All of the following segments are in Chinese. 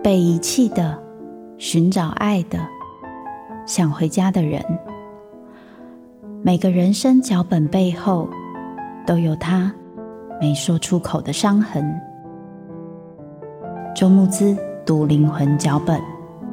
被遗弃的，寻找爱的，想回家的人。每个人生脚本背后都有他没说出口的伤痕。周慕姿读灵魂脚本。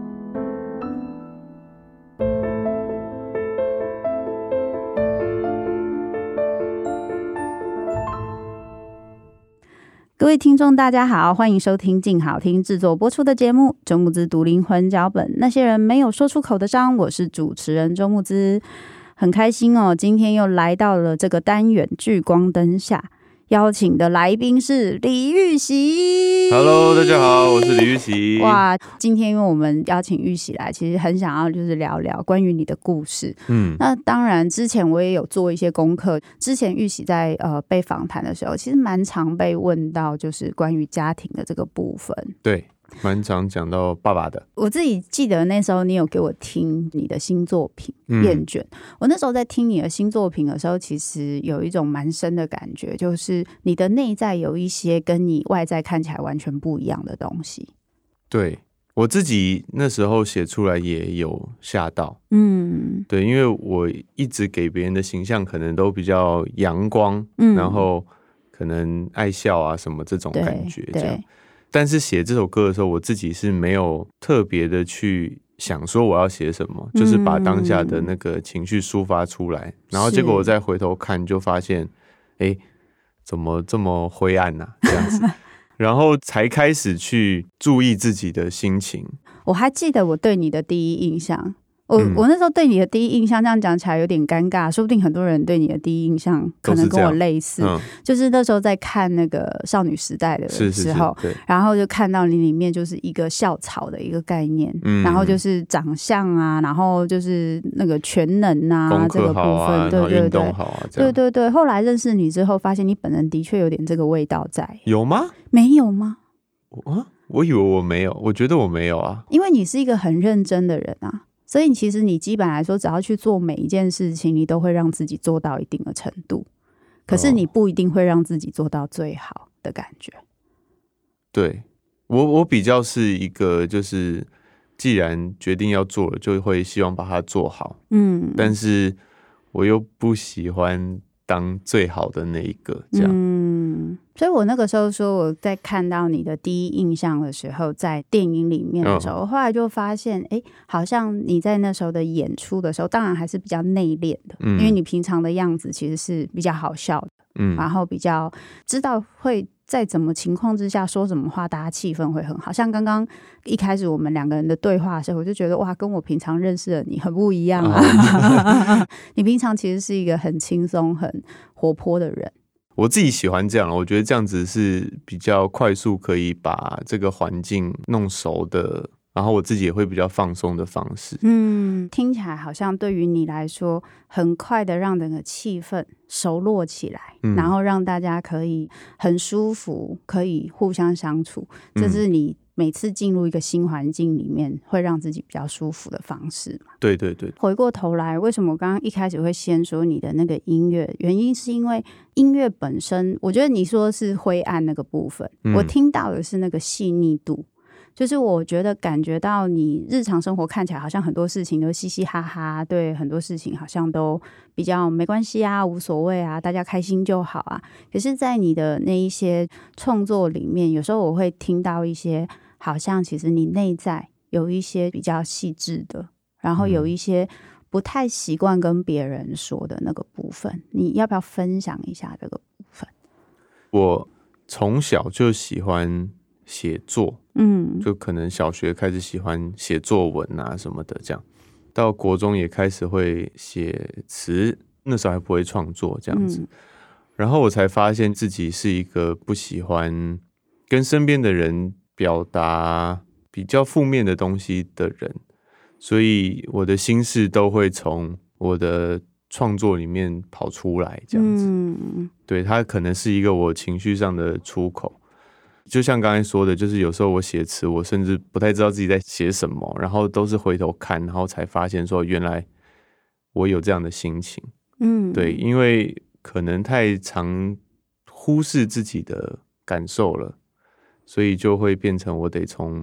各位听众大家好，欢迎收听静好听制作播出的节目周慕姿读灵魂脚本，那些人没有说出口的伤。我是主持人周慕姿，很开心哦，今天又来到了这个单元聚光灯下，邀请的来宾是李玉玺。 Hello， 大家好，我是李玉玺。 哇，今天因为我们邀请玉玺来，其实很想要就是聊聊关于你的故事。那当然之前我也有做一些功课，之前玉玺在被访谈的时候，其实蛮常被问到就是关于家庭的这个部分。 对，蛮常讲到爸爸的。 我自己记得那时候你有给我听你的新作品《厌倦》，我那时候在听你的新作品的时候，其实有一种蛮深的感觉，就是你的内在有一些跟你外在看起来完全不一样的东西。 对，我自己那时候写出来也有吓到。对，因为我一直给别人的形象可能都比较阳光，然后可能爱笑啊什么这种感觉这样。但是写这首歌的时候，我自己是没有特别的去想说我要写什么，就是把当下的那个情绪抒发出来，然后结果我再回头看，就发现，怎么这么灰暗啊，这样子，然后才开始去注意自己的心情。 我还记得我对你的第一印象。我那时候对你的第一印象，这样讲起来有点尴尬，说不定很多人对你的第一印象可能跟我类似，就是那时候在看那个少女时代的时候，然后就看到你里面就是一个校草的一个概念，然后就是长相啊，然后就是那个全能啊， 功课好啊， 这个部分，对运动好啊，这样对。后来认识你之后，发现你本人的确有点这个味道在。 有吗？ 没有吗？ 我以为我没有，我觉得我没有啊， 因为你是一个很认真的人啊。所以其实你基本来说，只要去做每一件事情，你都会让自己做到一定的程度，可是你不一定会让自己做到最好的感觉。 对，我比较是一个就是既然决定要做了，就会希望把它做好。但是我又不喜欢当最好的那一个，这样。 所以我那个时候说，我在看到你的第一印象的时候，在电影里面的时候，后来就发现，好像你在那时候的演出的时候，当然还是比较内敛的，因为你平常的样子其实是比较好笑的，然后比较知道会在怎么情况之下说什么话，大家气氛会很好。像刚刚一开始我们两个人的对话的时候，我就觉得哇，跟我平常认识的你很不一样啊。你平常其实是一个很轻松、很活泼的人。 我自己喜欢这样，我觉得这样子是比较快速可以把这个环境弄熟的，然后我自己也会比较放松的方式。 听起来好像对于你来说，很快的让整个气氛熟络起来，然后让大家可以很舒服，可以互相相处，这是你每次进入一个新环境里面会让自己比较舒服的方式嘛。 对。 回过头来，为什么我刚刚一开始会先说你的那个音乐？原因是因为音乐本身，我觉得你说是灰暗那个部分，我听到的是那个细腻度。就是我觉得感觉到你日常生活看起来好像很多事情都嘻嘻哈哈，对很多事情好像都比较没关系啊，无所谓啊，大家开心就好啊。可是在你的那一些创作里面，有时候我会听到一些好像其实你内在有一些比较细致的，然后有一些不太习惯跟别人说的那个部分，你要不要分享一下这个部分？ 我从小就喜欢写作，就可能小学开始喜欢写作文啊什么的，这样到国中也开始会写词，那时候还不会创作这样子，然后我才发现自己是一个不喜欢跟身边的人表达比较负面的东西的人，所以我的心事都会从我的创作里面跑出来，这样子。对，它可能是一个我情绪上的出口。就像刚才说的，就是有时候我写词，我甚至不太知道自己在写什么，然后都是回头看，然后才发现说原来我有这样的心情。对，因为可能太常忽视自己的感受了，所以就会变成我得从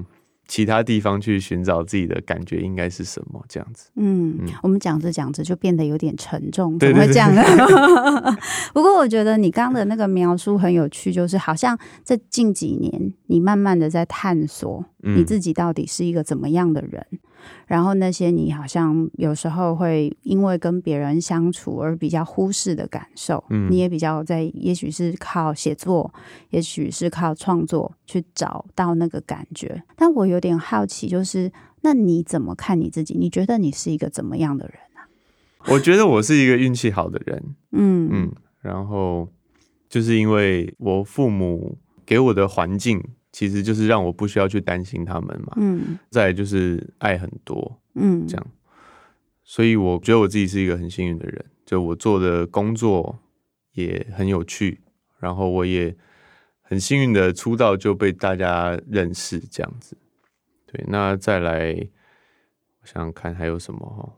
其他地方去寻找自己的感觉应该是什么这样子。 我们讲着讲着就变得有点沉重， 对怎么会这样呢？不过我觉得你刚刚的那个描述很有趣，就是好像这近几年你慢慢的在探索你自己到底是一个怎么样的人，然后那些你好像有时候会因为跟别人相处而比较忽视的感受，你也比较也许是靠写作，也许是靠创作去找到那个感觉。但我有点好奇，就是那你怎么看你自己？你觉得你是一个怎么样的人啊？ 我觉得我是一个运气好的人，然后就是因为我父母给我的环境其实就是让我不需要去担心他们嘛，再来就是爱很多，这样，所以我觉得我自己是一个很幸运的人，就我做的工作也很有趣，然后我也很幸运的出道就被大家认识这样子。对，那再来我想想看还有什么，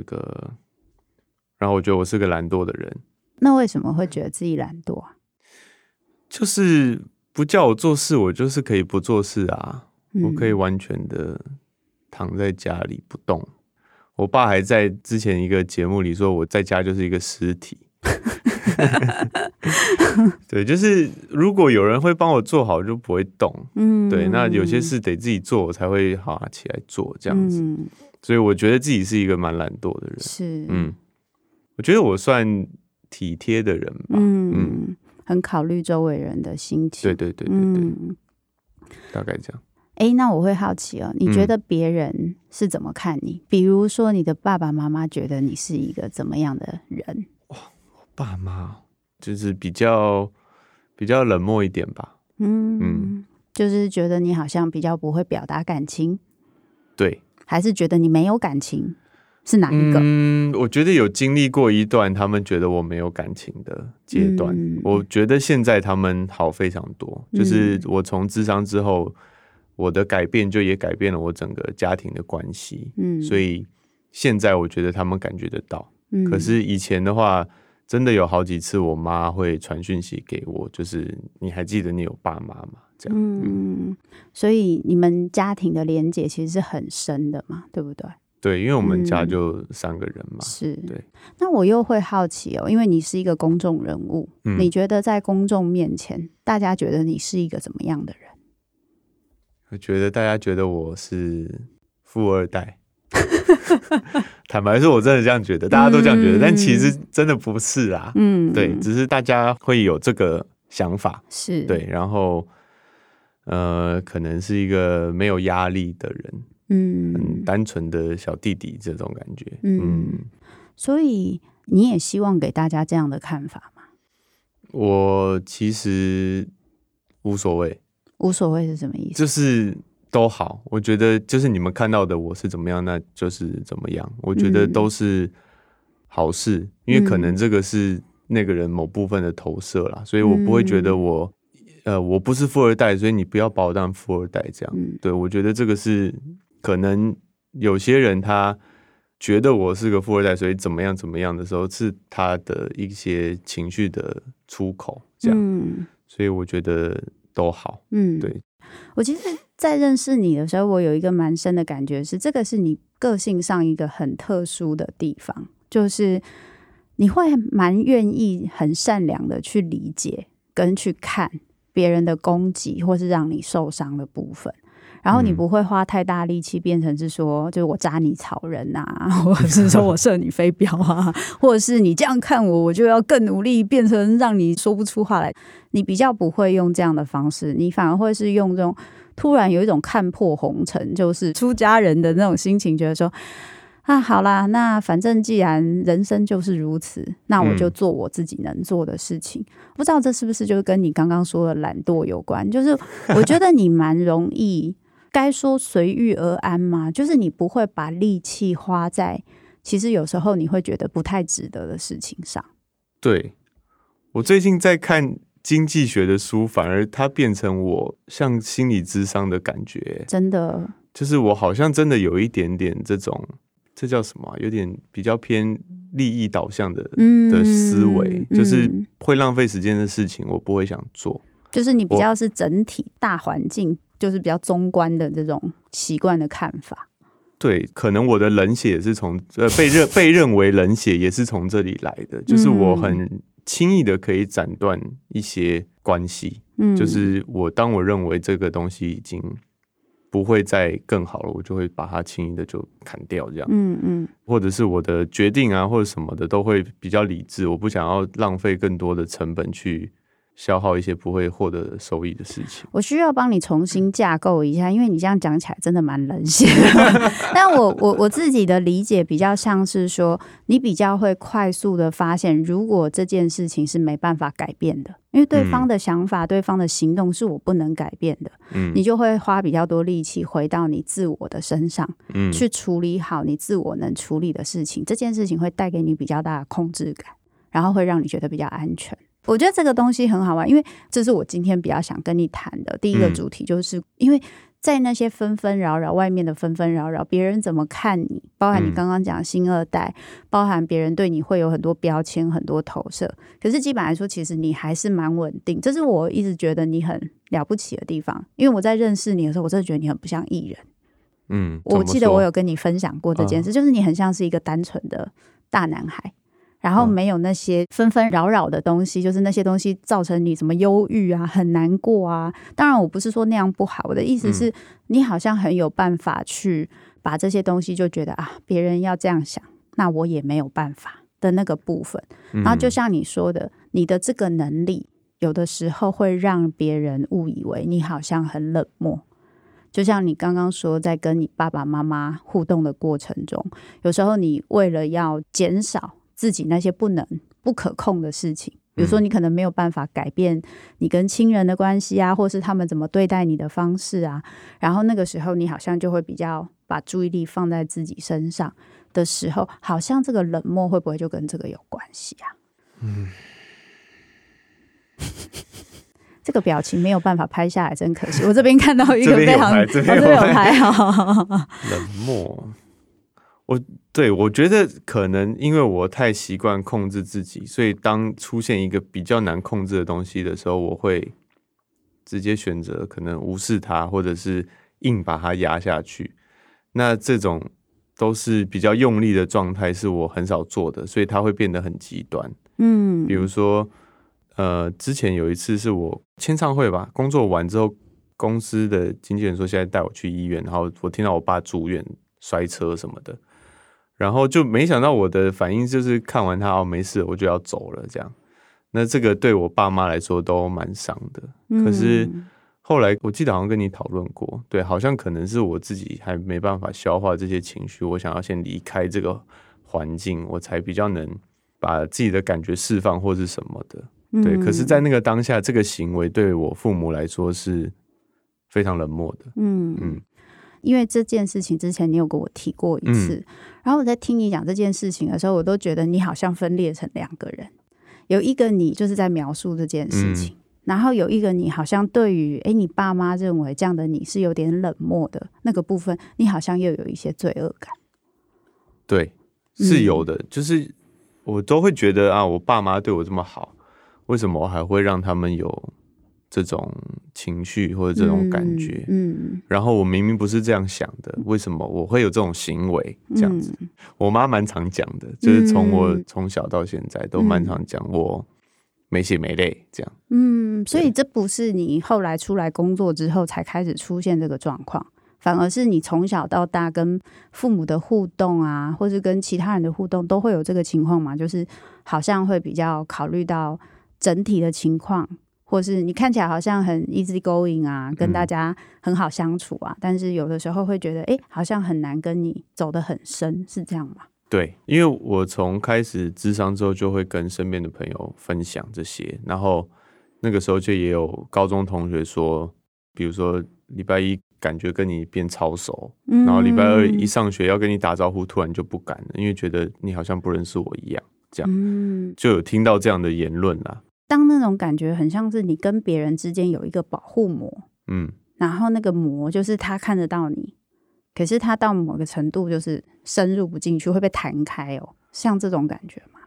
然后我觉得我是个懒惰的人。 那为什么会觉得自己懒惰啊？ 就是不叫我做事，我就是可以不做事啊，我可以完全的躺在家里不动。我爸还在之前一个节目里说我在家就是一个尸体。对，就是如果有人会帮我做好，就不会动。对，那有些事得自己做，我才会好起来做这样子。所以我觉得自己是一个蛮懒惰的人。 是， 我觉得我算体贴的人吧。 很考虑周围人的心情。 对，大概这样。 那我会好奇哦，你觉得别人是怎么看你？比如说你的爸爸妈妈觉得你是一个怎么样的人？ 我爸妈就是比较冷漠一点吧。 就是觉得你好像比较不会表达感情。 对， 还是觉得你没有感情？是哪一个？ 我觉得有经历过一段他们觉得我没有感情的阶段。我觉得现在他们好非常多，就是我从諮商之后，我的改变就也改变了我整个家庭的关系。所以现在我觉得他们感觉得到。可是以前的话，真的有好几次我妈会传讯息给我，就是你还记得你有爸妈吗？这样。 所以你们家庭的连结其实是很深的嘛，对不对？ 对，因为我们家就3个人嘛。 是。 对。 那我又会好奇哦，因为你是一个公众人物，你觉得在公众面前，大家觉得你是一个怎么样的人？ 我觉得大家觉得我是富二代。坦白说，我真的这样觉得，大家都这样觉得，但其实真的不是啦。对，只是大家会有这个想法。 是。对， 然后可能是一个没有压力的人。很单纯的小弟弟这种感觉。 所以你也希望给大家这样的看法吗？ 我其实无所谓。 无所谓是什么意思？ 就是都好，我觉得就是你们看到的我是怎么样，那就是怎么样，我觉得都是好事。因为可能这个是那个人某部分的投射啦，所以我不会觉得我不是富二代，所以你不要把我当富二代这样。对，我觉得这个是可能有些人他觉得我是个富二代，所以怎么样怎么样的时候，是他的一些情绪的出口这样。所以我觉得都好。对。 我其实在认识你的时候，我有一个蛮深的感觉是，这个是你个性上一个很特殊的地方，就是你会蛮愿意很善良的去理解跟去看别人的攻击或是让你受伤的部分，然后你不会花太大力气变成是说就是我扎你草人啊，或者是说我射你飞镖啊，或者是你这样看我就要更努力变成让你说不出话来。你比较不会用这样的方式，你反而会是用这种突然有一种看破红尘，就是出家人的那种心情，觉得说好啦，那反正既然人生就是如此，那我就做我自己能做的事情。不知道这是不是就跟你刚刚说的懒惰有关？就是我觉得你蛮容易该说随遇而安嘛，就是你不会把力气花在其实有时候你会觉得不太值得的事情上。 对，我最近在看经济学的书，反而它变成我像心理諮商的感觉。真的，就是我好像真的有一点点这种，这叫什么？有点比较偏利益导向的思维，就是会浪费时间的事情，我不会想做。就是你比较是整体大环境，就是比较中观的这种习惯的看法。 对，可能我的冷血也是从被认为冷血也是从这里来的，就是我很轻易的可以斩断一些关系，就是当我认为这个东西已经不会再更好了，我就会把它轻易的就砍掉，这样，或者是我的决定啊或者什么的都会比较理智，我不想要浪费更多的成本去消耗一些不会获得收益的事情。 我需要帮你重新架构一下，因为你这样讲起来真的蛮冷血的。但我自己的理解比较像是说，你比较会快速的发现，如果这件事情是没办法改变的，因为对方的想法、对方的行动是我不能改变的，你就会花比较多力气回到你自我的身上，去处理好你自我能处理的事情。这件事情会带给你比较大的控制感，然后会让你觉得比较安全。我觉得这个东西很好玩，因为这是我今天比较想跟你谈的第一个主题，就是因为在那些纷纷扰扰外面的纷纷扰扰，别人怎么看你，包含你刚刚讲新二代，包含别人对你会有很多标签、很多投射，可是基本来说，其实你还是蛮稳定，这是我一直觉得你很了不起的地方。因为我在认识你的时候，我真的觉得你很不像艺人。我记得我有跟你分享过这件事，就是你很像是一个单纯的大男孩。然后没有那些纷纷扰扰的东西，就是那些东西造成你什么忧郁啊、很难过啊。当然我不是说那样不好，我的意思是你好像很有办法去把这些东西就觉得啊，别人要这样想，那我也没有办法的那个部分。然后就像你说的，你的这个能力有的时候会让别人误以为你好像很冷漠。就像你刚刚说，在跟你爸爸妈妈互动的过程中，有时候你为了要减少自己那些不可控的事情，比如说你可能没有办法改变你跟亲人的关系啊，或是他们怎么对待你的方式啊，然后那个时候你好像就会比较把注意力放在自己身上的时候，好像这个冷漠会不会就跟这个有关系啊？这个表情没有办法拍下来，真可惜。我这边看到一个非常这边有拍好冷漠。我觉得可能因为我太习惯控制自己，所以当出现一个比较难控制的东西的时候，我会直接选择可能无视它，或者是硬把它压下去。那这种都是比较用力的状态，是我很少做的，所以它会变得很极端。比如说之前有一次是我签唱会吧，工作完之后，公司的经纪人说现在带我去医院，然后我听到我爸住院摔车什么的。然后就没想到我的反应就是看完他没事我就要走了这样，那这个对我爸妈来说都蛮伤的。可是后来我记得好像跟你讨论过，对，好像可能是我自己还没办法消化这些情绪，我想要先离开这个环境，我才比较能把自己的感觉释放或是什么的。对，可是在那个当下，这个行为对我父母来说是非常冷漠的。 因为这件事情之前你有跟我提过一次，然后我在听你讲这件事情的时候，我都觉得你好像分裂成两个人，有一个你就是在描述这件事情，然后有一个你好像对于你爸妈认为这样的你是有点冷漠的那个部分，你好像又有一些罪恶感。 对，是有的，就是我都会觉得啊，我爸妈对我这么好，为什么我还会让他们有这种情绪或者这种感觉，然后我明明不是这样想的，为什么我会有这种行为这样子。我妈蛮常讲的，就是我从小到现在都蛮常讲我没血没泪这样。 所以这不是你后来出来工作之后才开始出现这个状况，反而是你从小到大跟父母的互动啊，或是跟其他人的互动都会有这个情况嘛，就是好像会比较考虑到整体的情况，或是你看起来好像很 easy going 啊，跟大家很好相处啊，但是有的时候会觉得好像很难跟你走得很深，是这样吗？ 对，因为我从开始諮商之后就会跟身边的朋友分享这些，然后那个时候就也有高中同学说，比如说礼拜一感觉跟你变超熟，然后礼拜二一上学要跟你打招呼突然就不敢了，因为觉得你好像不认识我一样，这样就有听到这样的言论啦。 当那种感觉很像是你跟别人之间有一个保护膜，然后那个膜就是他看得到你，可是他到某个程度就是深入不进去，会被弹开哦，像这种感觉吗？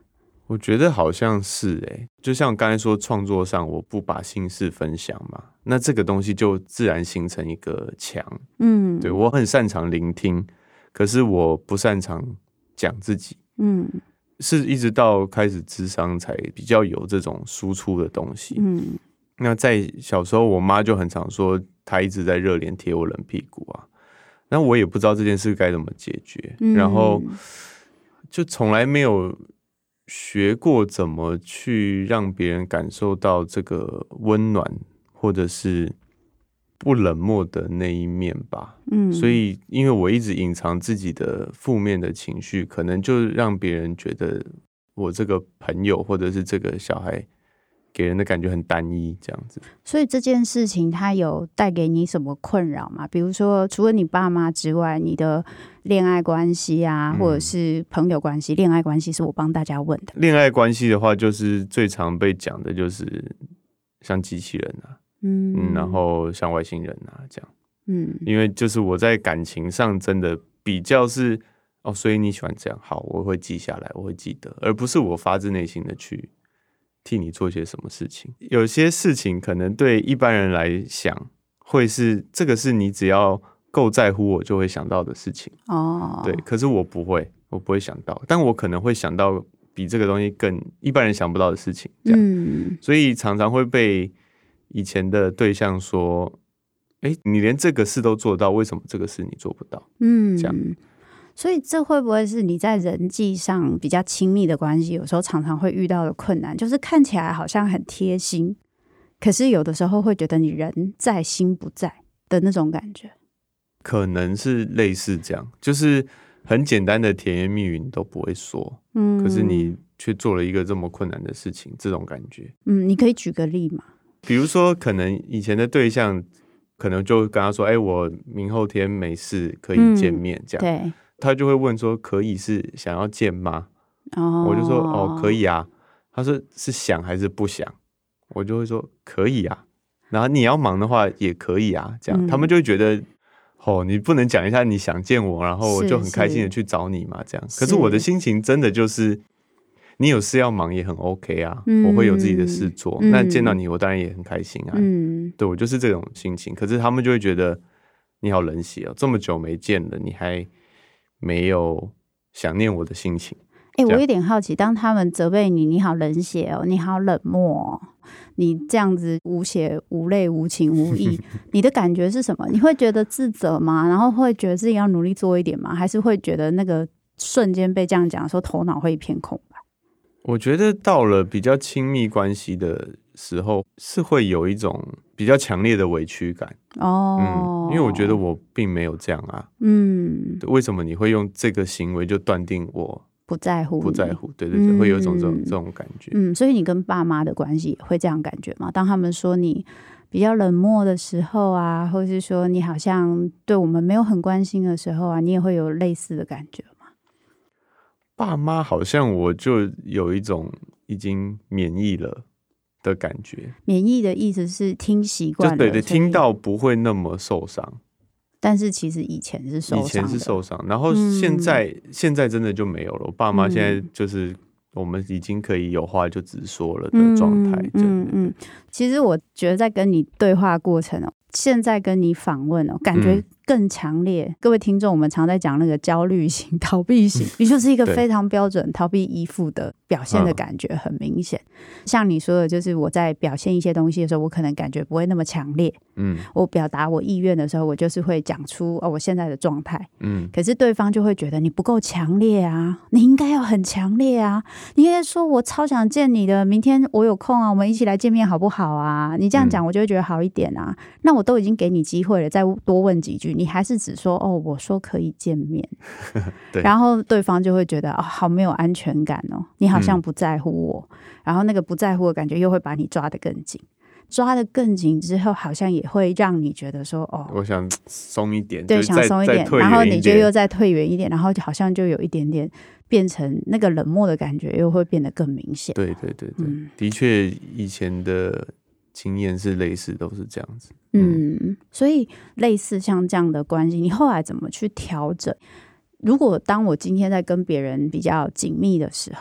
我觉得好像是就像刚才说创作上我不把心事分享嘛，那这个东西就自然形成一个墙。对，我很擅长聆听，可是我不擅长讲自己。是一直到开始諮商才比较有这种输出的东西。那在小时候我妈就很常说她一直在热脸贴我冷屁股啊，那我也不知道这件事该怎么解决，然后就从来没有学过怎么去让别人感受到这个温暖或者是不冷漠的那一面吧。所以因为我一直隐藏自己的负面的情绪，可能就让别人觉得我这个朋友或者是这个小孩给人的感觉很单一这样子。 所以这件事情它有带给你什么困扰吗？比如说除了你爸妈之外，你的恋爱关系啊，或者是朋友关系。恋爱关系是我帮大家问的。 恋爱关系的话，就是最常被讲的就是像机器人啊，然后像外星人啊这样。因为就是我在感情上真的比较是所以你喜欢这样，好，我会记下来，我会记得，而不是我发自内心的去替你做些什么事情。有些事情可能对一般人来想会是这个是你只要够在乎我就会想到的事情。对，可是我不会想到，但我可能会想到比这个东西更一般人想不到的事情这样。所以常常会被以前的对象说你连这个事都做到，为什么这个事你做不到？这样。 所以这会不会是你在人际上比较亲密的关系有时候常常会遇到的困难，就是看起来好像很贴心，可是有的时候会觉得你人在心不在的那种感觉？ 可能是类似这样，就是很简单的甜言蜜语你都不会说，可是你却做了一个这么困难的事情，这种感觉。 你可以举个例吗？ 比如说可能以前的对象可能就跟他说我明后天没事可以见面这样。 对， 他就会问说可以是想要见吗？我就说可以啊。他说是想还是不想？我就会说可以啊。然后你要忙的话也可以啊，这样。他们就会觉得你不能讲一下你想见我，然后我就很开心的去找你嘛，这样。可是我的心情真的就是你有事要忙也很 OK 啊，我会有自己的事做，那见到你我当然也很开心啊。对，我就是这种心情。可是他们就会觉得你好冷血这么久没见了你还没有想念我的心情。 我有点好奇，当他们责备你，你好冷血你好冷漠你这样子无血无泪无情无义你的感觉是什么？你会觉得自责吗？然后会觉得自己要努力做一点吗？还是会觉得那个瞬间被这样讲的时候头脑会一片空白？ 我觉得到了比较亲密关系的时候是会有一种比较强烈的委屈感。因为我觉得我并没有这样啊。为什么你会用这个行为就断定我不在乎？对，会有一种这种感觉。 所以你跟爸妈的关系也会这样感觉吗？当他们说你比较冷漠的时候啊，或是说你好像对我们没有很关心的时候啊，你也会有类似的感觉吗？ 爸妈好像我就有一种已经免疫了的感觉。 免疫的意思是听习惯了， 对，听到不会那么受伤。 但是其实以前是受伤， 然后现在真的就没有了。我爸妈现在就是我们已经可以有话就直说了的状态。 其实我觉得在跟你对话过程现在跟你访问感觉更强烈。各位听众，我们常在讲那个焦虑型、逃避型，你就是一个非常标准逃避依附的表现的感觉很明显。像你说的，就是我在表现一些东西的时候，我可能感觉不会那么强烈。我表达我意愿的时候，我就是会讲出我现在的状态。可是对方就会觉得你不够强烈啊，你应该要很强烈啊，你应该说我超想见你的，明天我有空啊，我们一起来见面好不好啊？你这样讲我就会觉得好一点啊。那我都已经给你机会了，再多问几句，你还是只说我说可以见面然后对方就会觉得好没有安全感你好像不在乎我，然后那个不在乎的感觉又会把你抓得更紧，抓得更紧之后好像也会让你觉得说我想松一点， 对，想松一点，然后你就又再退远一点，然后好像就有一点点变成那个冷漠的感觉又会变得更明显。 对，的确以前的经验是类似都是这样子。 所以类似像这样的关系，你后来怎么去调整？如果当我今天在跟别人比较紧密的时候，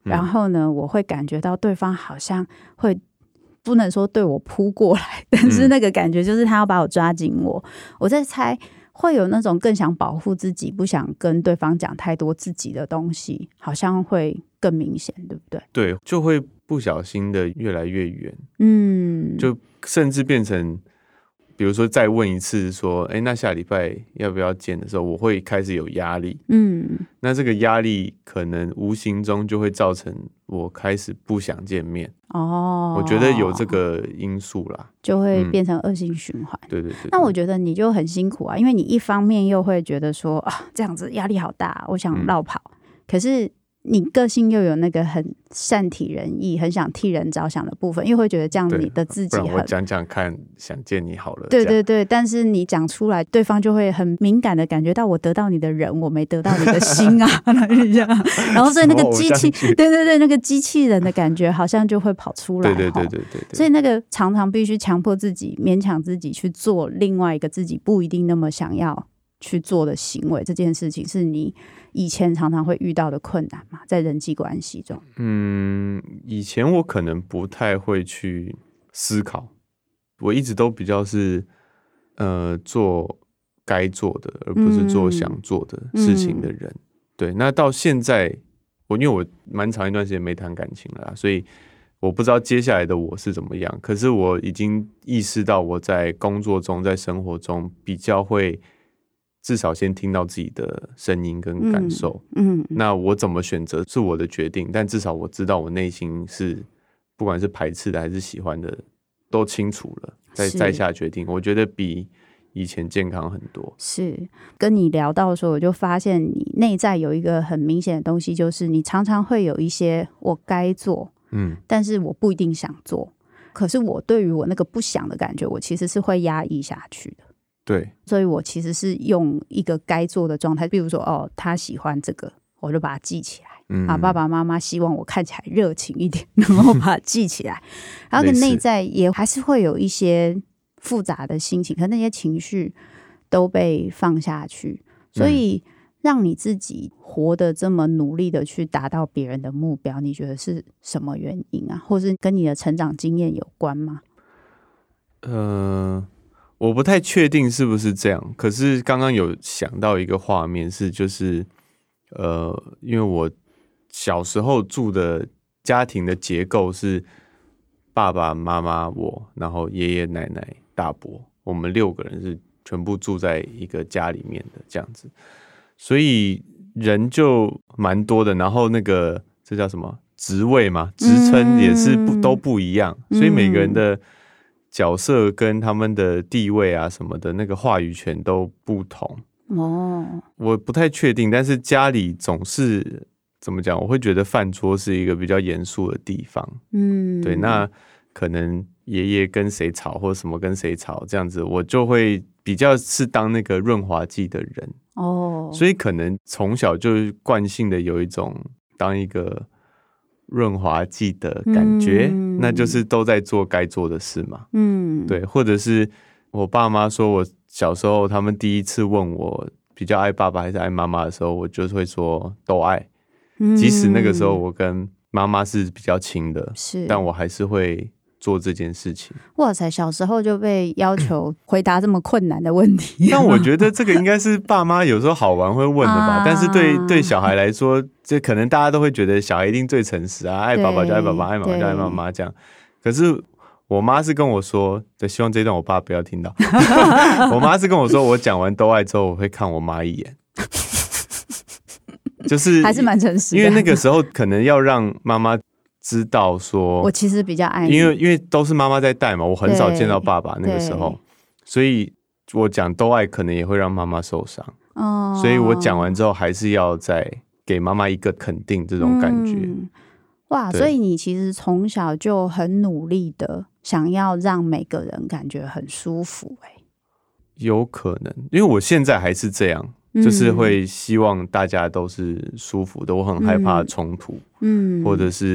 然后呢，我会感觉到对方好像会不能说对我扑过来，但是那个感觉就是他要把我抓紧我。我在猜会有那种更想保护自己，不想跟对方讲太多自己的东西，好像会更明显，对不对？ 对，就会不小心的越来越远，就甚至变成，比如说再问一次说，那下礼拜要不要见的时候，我会开始有压力，那这个压力可能无形中就会造成我开始不想见面。我觉得有这个因素啦， 就会变成恶性循环。 对。 那我觉得你就很辛苦啊，因为你一方面又会觉得说这样子压力好大，我想绕跑，可是你个性又有那个很善体人意，很想替人着想的部分，又会觉得这样你的自己很， 不然我讲讲看，想见你好了。 对，但是你讲出来，对方就会很敏感的感觉到我得到你的人，我没得到你的心啊，然后所以那个机器，对，那个机器人的感觉好像就会跑出来。 对， 所以那个常常必须强迫自己，勉强自己去做另外一个自己不一定那么想要去做的行为，这件事情是你以前常常会遇到的困难嘛，在人际关系中。 以前我可能不太会去思考，我一直都比较是做该做的，而不是做想做的事情的人。对，那到现在因为我蛮长一段时间没谈感情了啦，所以我不知道接下来的我是怎么样，可是我已经意识到我在工作中在生活中比较会至少先听到自己的声音跟感受，那我怎么选择是我的决定，但至少我知道我内心是不管是排斥的还是喜欢的都清楚了，再下决定，我觉得比以前健康很多。 是跟你聊到的时候，我就发现你内在有一个很明显的东西，就是你常常会有一些我该做，但是我不一定想做，可是我对于我那个不想的感觉，我其实是会压抑下去的。 对， 所以我其实是用一个该做的状态，比如说他喜欢这个，我就把它记起来，爸爸妈妈希望我看起来热情一点，然后把它记起来，然后内在也还是会有一些复杂的心情，可那些情绪都被放下去，所以让你自己活得这么努力的去达到别人的目标，你觉得是什么原因啊？或是跟你的成长经验有关吗？ 我不太确定是不是这样，可是刚刚有想到一个画面是，就是因为我小时候住的家庭的结构是爸爸妈妈我，然后爷爷奶奶大伯，我们6个人是全部住在一个家里面的这样子，所以人就蛮多的，然后那个这叫什么职位嘛，职称也是都不一样，所以每个人的角色跟他们的地位啊什么的那个话语权都不同。我不太确定，但是家里总是怎么讲，我会觉得饭桌是一个比较严肃的地方。对，那可能爷爷跟谁吵或什么跟谁吵这样子，我就会比较是当那个润滑剂的人。所以可能从小就惯性的有一种当一个润滑剂的感觉，那就是都在做该做的事嘛。对，或者是我爸妈说我小时候他们第一次问我比较爱爸爸还是爱妈妈的时候，我就会说都爱，即使那个时候我跟妈妈是比较亲的，但我还是会做这件事情。 哇塞，小时候就被要求回答这么困难的问题。 但我觉得这个应该是爸妈有时候好玩会问的吧，但是对小孩来说，这可能大家都会觉得小孩一定最诚实啊，爱爸爸就爱爸爸，爱妈妈就爱妈妈这样。可是我妈是跟我说，希望这一段我爸不要听到。我妈是跟我说，我讲完都爱之后，我会看我妈一眼。就是还是蛮诚实的， 因为那个时候可能要让妈妈知道说， 我其实比较爱你， 因为都是妈妈在带嘛，我很少见到爸爸那个时候，所以我讲都爱可能也会让妈妈受伤。所以我讲完之后还是要再给妈妈一个肯定，这种感觉。 哇，所以你其实从小就很努力的想要让每个人感觉很舒服。 有可能，因为我现在还是这样，就是会希望大家都是舒服的，我很害怕冲突，或者是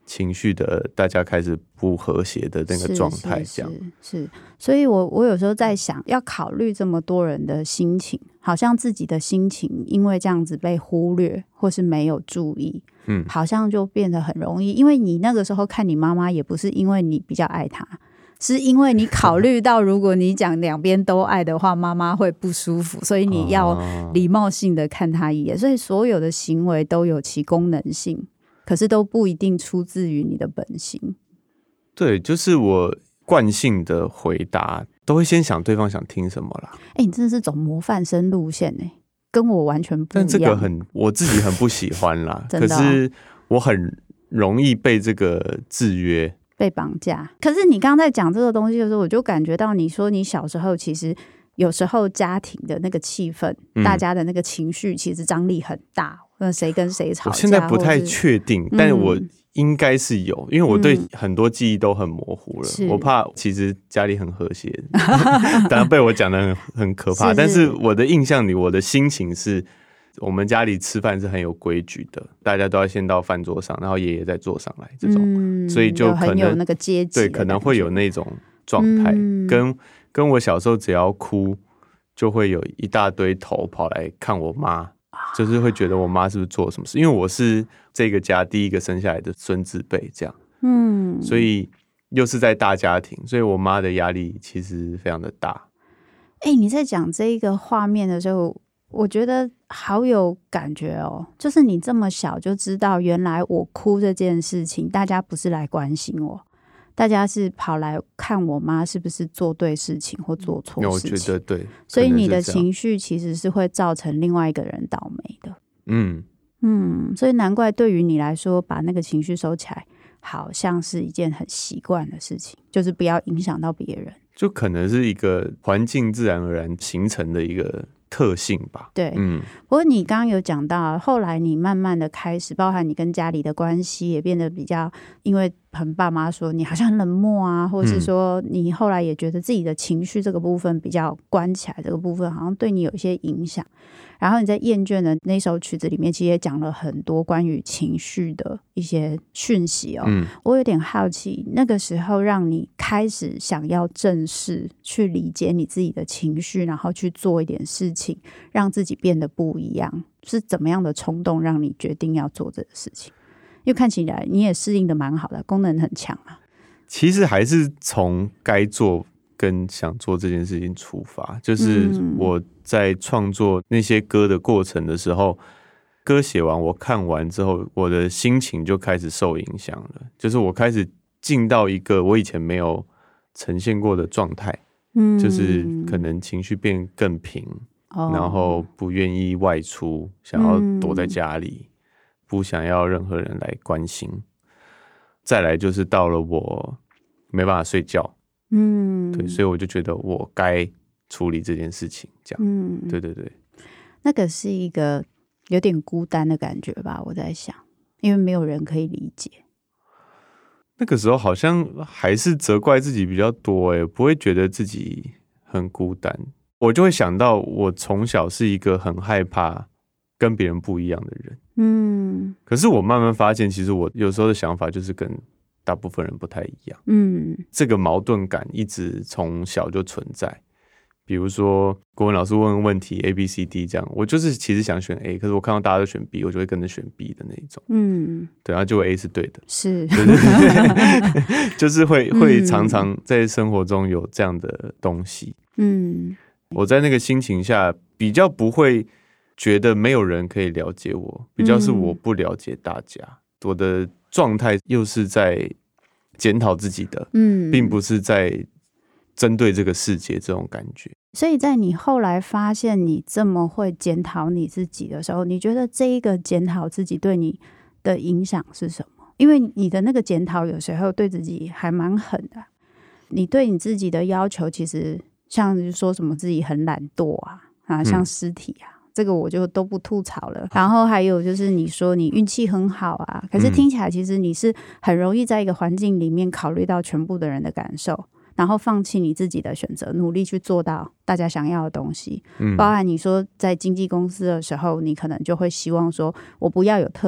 情绪的大家开始不和谐的那个状态，这样是。所以我有时候在想，要考虑这么多人的心情，好像自己的心情因为这样子被忽略或是没有注意，好像就变得很容易。因为你那个时候看你妈妈，也不是因为你比较爱她，是因为你考虑到如果你讲两边都爱的话，妈妈会不舒服，所以你要礼貌性的看她一眼。所以所有的行为都有其功能性，可是都不一定出自于你的本心。 对，就是我惯性的回答都会先想对方想听什么啦。 你真的是走模范生路线跟我完全不一样。 但这个我自己很不喜欢啦可是我很容易被这个制约， 被绑架。可是你刚刚在讲这个东西的时候，我就感觉到你说你小时候其实有时候家庭的那个气氛，大家的那个情绪其实张力很大，谁跟谁吵架。 我现在不太确定，但我应该是有，因为我对很多记忆都很模糊了。我怕其实家里很和谐，当然被我讲得很可怕。但是我的印象里，我的心情是，我们家里吃饭是很有规矩的，大家都要先到饭桌上，然后爷爷再坐上来这种，所以就可能很有那个阶级， 对，可能会有那种状态，跟我小时候只要哭，就会有一大堆头跑来看我妈。就是会觉得我妈是不是做了什么事，因为我是这个家第一个生下来的孙子辈，这样，所以又是在大家庭，所以我妈的压力其实非常的大。 你在讲这一个画面的时候，我觉得好有感觉哦，就是你这么小就知道，原来我哭这件事情，大家不是来关心我，大家是跑来看我妈是不是做对事情或做错事情。 我觉得对， 所以你的情绪其实是会造成另外一个人倒霉的。所以难怪对于你来说，把那个情绪收起来好像是一件很习惯的事情，就是不要影响到别人， 就可能是一个环境自然而然形成的一个特性吧。 对，不过你刚刚有讲到，后来你慢慢的开始，包含你跟家里的关系也变得比较，因为很爸妈说你好像很冷漠啊，或者是说你后来也觉得自己的情绪这个部分比较关起来，这个部分好像对你有一些影响。然后你在厌倦的那首曲子里面，其实也讲了很多关于情绪的一些讯息哦。我有点好奇，那个时候让你开始想要正视、去理解你自己的情绪，然后去做一点事情，让自己变得不一样，是怎么样的冲动让你决定要做这个事情？因为看起来你也适应的蛮好的，功能很强啊。 其实还是从该做跟想做这件事情出发，就是我在创作那些歌的过程的时候，歌写完我看完之后，我的心情就开始受影响了，就是我开始进到一个我以前没有呈现过的状态，就是可能情绪变更平，然后不愿意外出，想要躲在家里，不想要任何人来关心。再来就是到了我没办法睡觉，对，所以我就觉得我该处理这件事情，这样，对对对， 那个是一个有点孤单的感觉吧，我在想，因为没有人可以理解。 那个时候好像还是责怪自己比较多，不会觉得自己很孤单。我就会想到，我从小是一个很害怕跟别人不一样的人，可是我慢慢发现，其实我有时候的想法就是跟大部分人不太一样，这个矛盾感一直从小就存在。比如说国文老师问问题 ABCD 这样，我就是其实想选 A， 可是我看到大家都选 B， 我就会跟着选 B 的那一种，对，然后结果 A 是对的， 是， 对对对就是会常常在生活中有这样的东西，我在那个心情下比较不会觉得没有人可以了解我，比较是我不了解大家，我的状态又是在检讨自己的，并不是在针对这个世界这种感觉。 所以在你后来发现你这么会检讨你自己的时候，你觉得这一个检讨自己对你的影响是什么？因为你的那个检讨有时候对自己还蛮狠的，你对你自己的要求其实像说什么自己很懒惰啊，像尸体啊，这个我就都不吐槽了。然后还有就是你说你运气很好啊，可是听起来其实你是很容易在一个环境里面考虑到全部的人的感受，然后放弃你自己的选择，努力去做到大家想要的东西。包含你说在经纪公司的时候，你可能就会希望说我不要有特权，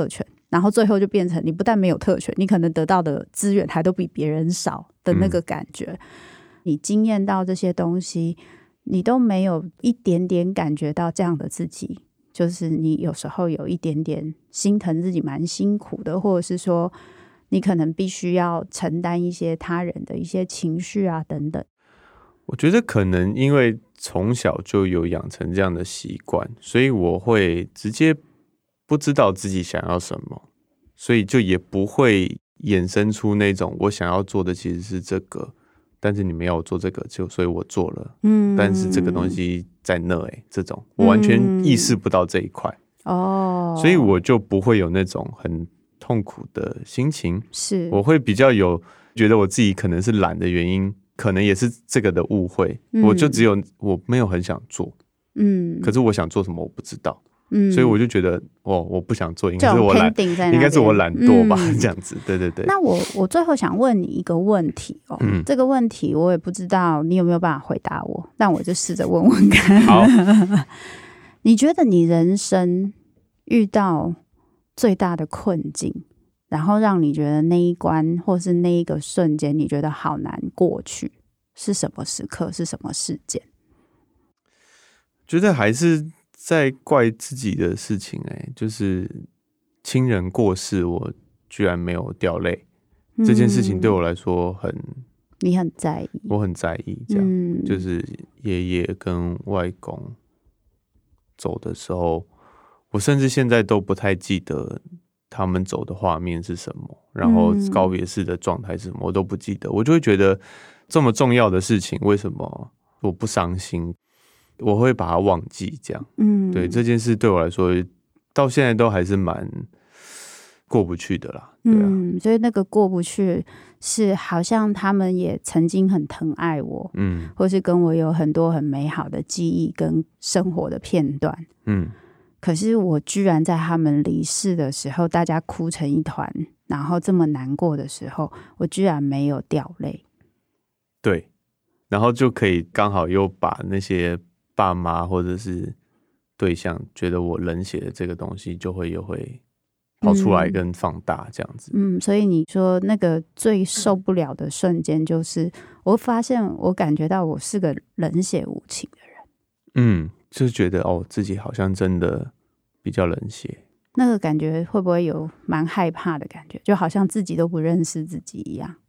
然后最后就变成你不但没有特权，你可能得到的资源还都比别人少的那个感觉。你经验到这些东西，你都没有一点点感觉到这样的自己，就是你有时候有一点点心疼自己蛮辛苦的，或者是说你可能必须要承担一些他人的一些情绪啊等等。 我觉得可能因为从小就有养成这样的习惯，所以我会直接不知道自己想要什么，所以就也不会衍生出那种我想要做的其实是这个，但是你们要我做这个，所以我做了，但是这个东西在那这种我完全意识不到这一块，所以我就不会有那种很痛苦的心情。是，我会比较有觉得我自己可能是懒的原因，可能也是这个的误会。我就只有我没有很想做，可是我想做什么我不知道。所以我就觉得我不想做，应该是我懒，应该是我懒惰吧，这样子。对对对。 那我最后想问你一个问题这个问题我也不知道你有没有办法回答我，但我就试着问问看。 好， 你觉得你人生遇到最大的困境，然后让你觉得那一关或是那一个瞬间你觉得好难过去，是什么时刻，是什么事件？ 觉得还是在怪自己的事情就是亲人过世，我居然没有掉泪，这件事情对我来说你很在意， 我很在意，这样就是爷爷跟外公走的时候，我甚至现在都不太记得他们走的画面是什么，然后告别式的状态是什么，我都不记得，我就会觉得这么重要的事情，为什么我不伤心？我会把它忘记，这样。对，这件事对我来说，到现在都还是蛮过不去的啦。对啊， 所以那个过不去是好像他们也曾经很疼爱我，或是跟我有很多很美好的记忆跟生活的片段，可是我居然在他们离世的时候，大家哭成一团，然后这么难过的时候，我居然没有掉泪。 对，然后就可以刚好又把那些爸妈或者是对象觉得我冷血的这个东西又会跑出来跟放大这样子。 所以你说那个最受不了的瞬间，就是我发现我感觉到我是个冷血无情的人。 就是觉得自己好像真的比较冷血。 那个感觉会不会有蛮害怕的感觉，就好像自己都不认识自己一样？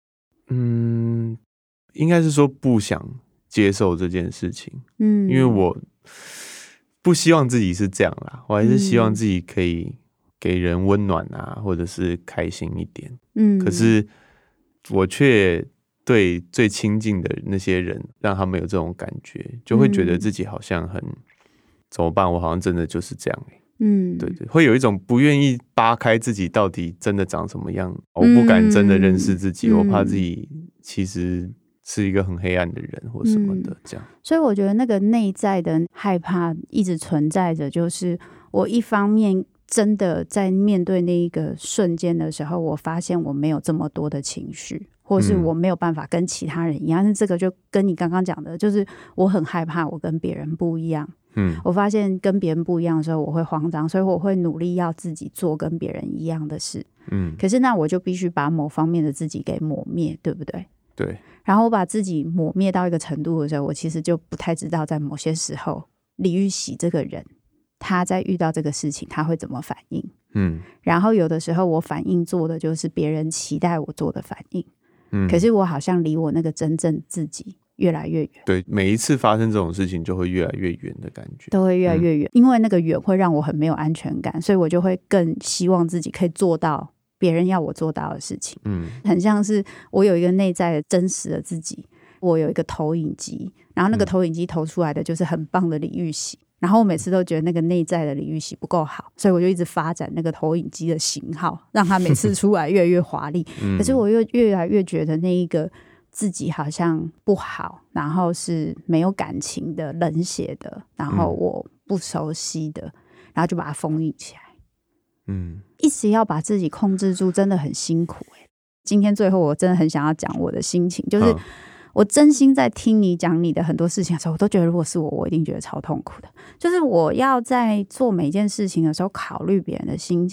应该是说不想接受这件事情，因为我不希望自己是这样啦，我还是希望自己可以给人温暖啊，或者是开心一点。可是我却对最亲近的那些人，让他们有这种感觉，就会觉得自己好像怎么办？我好像真的就是这样对对，会有一种不愿意扒开自己到底真的长什么样，我不敢真的认识自己，我怕自己其实是一个很黑暗的人或什么的这样。 所以我觉得那个内在的害怕一直存在着，就是我一方面真的在面对那一个瞬间的时候，我发现我没有这么多的情绪，或是我没有办法跟其他人一样，这个就跟你刚刚讲的，就是我很害怕我跟别人不一样。我发现跟别人不一样的时候我会慌张，所以我会努力要自己做跟别人一样的事。可是那我就必须把某方面的自己给抹灭，对不对？ 对。 然后我把自己抹灭到一个程度的时候，我其实就不太知道在某些时候李玉玺这个人他在遇到这个事情他会怎么反应。然后有的时候我反应做的就是别人期待我做的反应。可是我好像离我那个真正自己越来越远。对， 每一次发生这种事情就会越来越远的感觉， 都会越来越远。因为那个远会让我很没有安全感，所以我就会更希望自己可以做到别人要我做到的事情。很像是我有一个内在的真实的自己，我有一个投影机，然后那个投影机投出来的就是很棒的李玉玺，然后我每次都觉得那个内在的李玉玺不够好，所以我就一直发展那个投影机的型号，让它每次出来越来越华丽。可是我又越来越觉得那一个自己好像不好，然后是没有感情的、冷血的，然后我不熟悉的，然后就把它封印起来。一直要把自己控制住，真的很辛苦。今天最后我真的很想要讲我的心情，就是我真心在听你讲你的很多事情的时候，我都觉得如果是我一定觉得超痛苦的。就是我要在做每件事情的时候考虑别人的心情，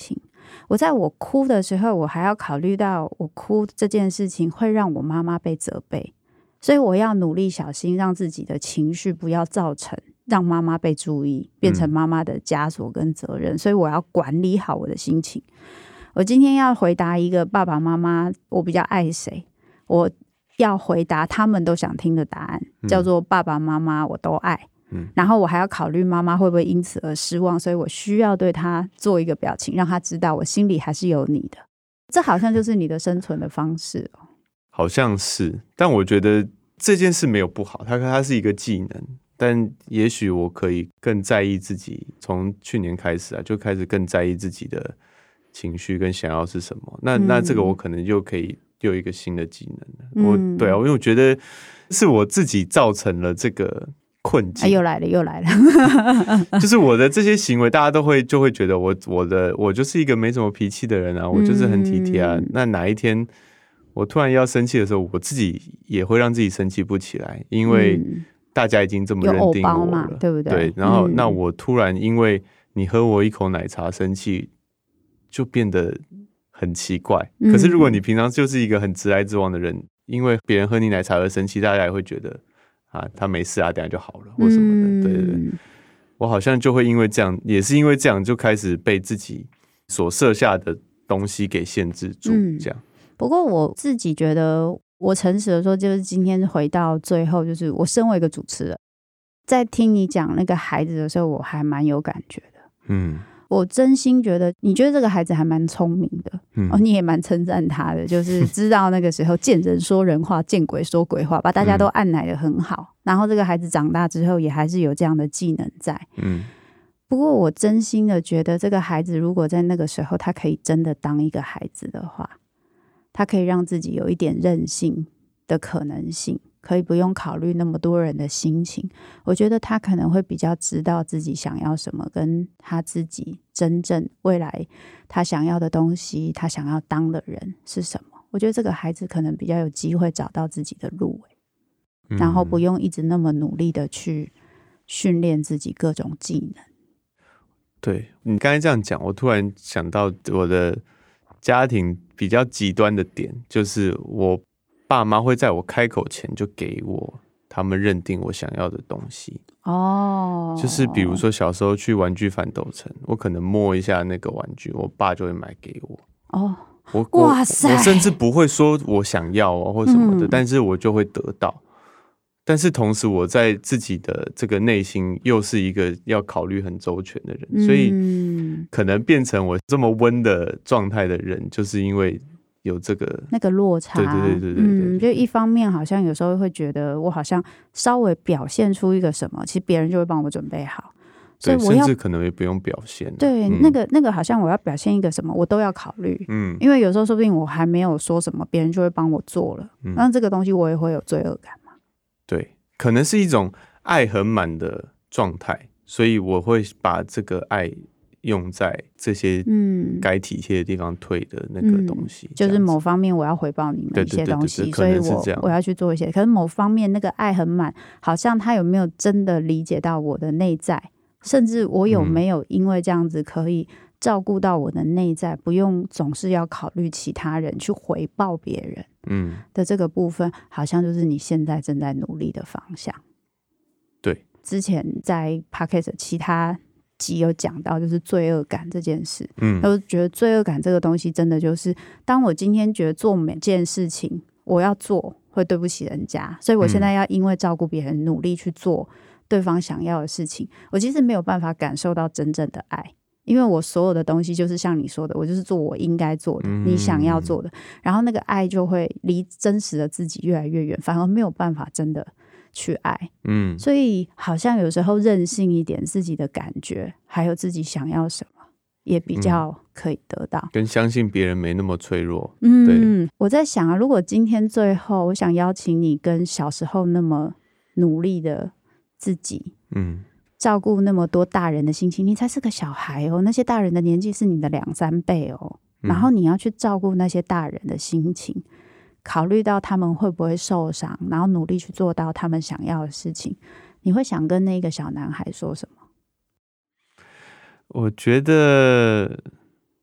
我在我哭的时候，我还要考虑到我哭这件事情会让我妈妈被责备，所以我要努力小心让自己的情绪不要造成让妈妈被注意，变成妈妈的枷锁跟责任，所以我要管理好我的心情。我今天要回答一个爸爸妈妈我比较爱谁，我要回答他们都想听的答案，叫做爸爸妈妈我都爱。然后我还要考虑妈妈会不会因此而失望，所以我需要对她做一个表情，让她知道我心里还是有你的。这好像就是你的生存的方式哦。 好像是，但我觉得这件事没有不好，它是一个技能，但也许我可以更在意自己，从去年开始就开始更在意自己的情绪跟想要是什么。那这个我可能就可以有一个新的技能了。对啊，因为我觉得是我自己造成了这个困境。 又来了就是我的这些行为大家就会觉得我就是一个没什么脾气的人啊，我就是很体贴啊。那哪一天我突然要生气的时候，我自己也会让自己生气不起来，因为大家已经这么认定我了， 对不对？ 对，然后那我突然因为你喝我一口奶茶生气，就变得很奇怪。可是如果你平常就是一个很直来直往的人，因为别人喝你奶茶而生气，大家也会觉得他没事啊，等下就好了或什么的。对对对，我好像就会因为这样，也是因为这样就开始被自己所设下的东西给限制住，这样。 不过我自己觉得，我诚实的说，就是今天回到最后，就是我身为一个主持人，在听你讲那个孩子的时候，我还蛮有感觉的。我真心觉得，你觉得这个孩子还蛮聪明的，你也蛮称赞他的，就是知道那个时候见人说人话，见鬼说鬼话，把大家都按奶的很好。然后这个孩子长大之后，也还是有这样的技能在。不过我真心的觉得，这个孩子如果在那个时候，他可以真的当一个孩子的话，他可以让自己有一点任性的可能性，可以不用考虑那么多人的心情。我觉得他可能会比较知道自己想要什么，跟他自己真正未来他想要的东西，他想要当的人是什么。我觉得这个孩子可能比较有机会找到自己的路，然后不用一直那么努力的去训练自己各种技能。 对，你刚才这样讲，我突然想到我的家庭比较极端的点，就是我爸妈会在我开口前就给我他们认定我想要的东西。就是比如说小时候去玩具反斗城，我可能摸一下那个玩具，我爸就会买给我。 哇塞！ 我甚至不会说我想要或什么的，但是我就会得到。但是同时我在自己的这个内心又是一个要考虑很周全的人，所以可能变成我这么温的状态的人，就是因为有这个那个落差。对，就一方面好像有时候会觉得我好像稍微表现出一个什么，其实别人就会帮我准备好，所以我甚至可能也不用表现。 对，那个好像我要表现一个什么，我都要考虑。因为有时候说不定我还没有说什么，别人就会帮我做了，那这个东西我也会有罪恶感嘛。 对，可能是一种爱很满的状态，所以我会把这个爱用在这些该体贴的地方退的那个东西， 就是某方面我要回报你们一些东西，所以我要去做一些。可是某方面那个爱很满，好像他有没有真的理解到我的内在，甚至我有没有因为这样子可以照顾到我的内在，不用总是要考虑其他人去回报别人的这个部分，好像就是你现在正在努力的方向。 对， 之前在 Podcast 其他集有讲到，就是罪恶感这件事。我觉得罪恶感这个东西真的就是当我今天觉得做每件事情我要做会对不起人家，所以我现在要因为照顾别人努力去做对方想要的事情，我其实没有办法感受到真正的爱，因为我所有的东西就是像你说的，我就是做我应该做的，你想要做的，然后那个爱就会离真实的自己越来越远，反而没有办法真的去爱。所以好像有时候任性一点，自己的感觉还有自己想要什么也比较可以得到， 跟相信别人没那么脆弱。对， 我在想如果今天最后我想邀请你跟小时候那么努力的自己照顾那么多大人的心情，你才是个小孩哦，那些大人的年纪是你的2-3倍哦，然后你要去照顾那些大人的心情，考虑到他们会不会受伤，然后努力去做到他们想要的事情，你会想跟那个小男孩说什么？ 我觉得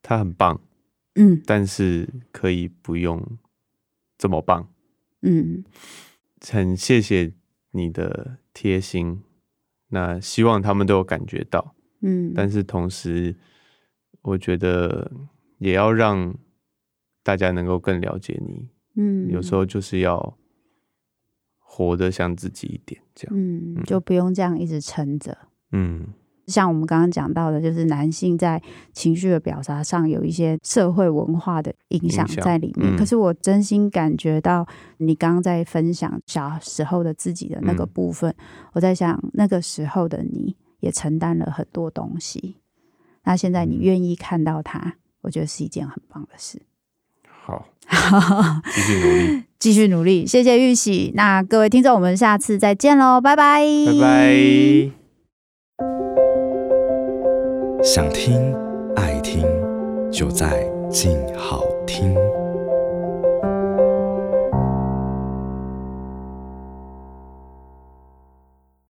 他很棒，但是可以不用这么棒，很谢谢你的贴心，那希望他们都有感觉到，但是同时我觉得也要让大家能够更了解你，有时候就是要活得像自己一点，这样， 就不用这样一直撑着，像我们刚刚讲到的，就是男性在情绪的表达上有一些社会文化的影响在里面。可是我真心感觉到你刚刚在分享小时候的自己的那个部分，我在想那个时候的你也承担了很多东西，那现在你愿意看到它，我觉得是一件很棒的事。 好，继续努力， 继续努力，谢谢玉玺。那各位听众，我们下次再见喽，拜拜， 拜拜。 想听爱听，就在静好听。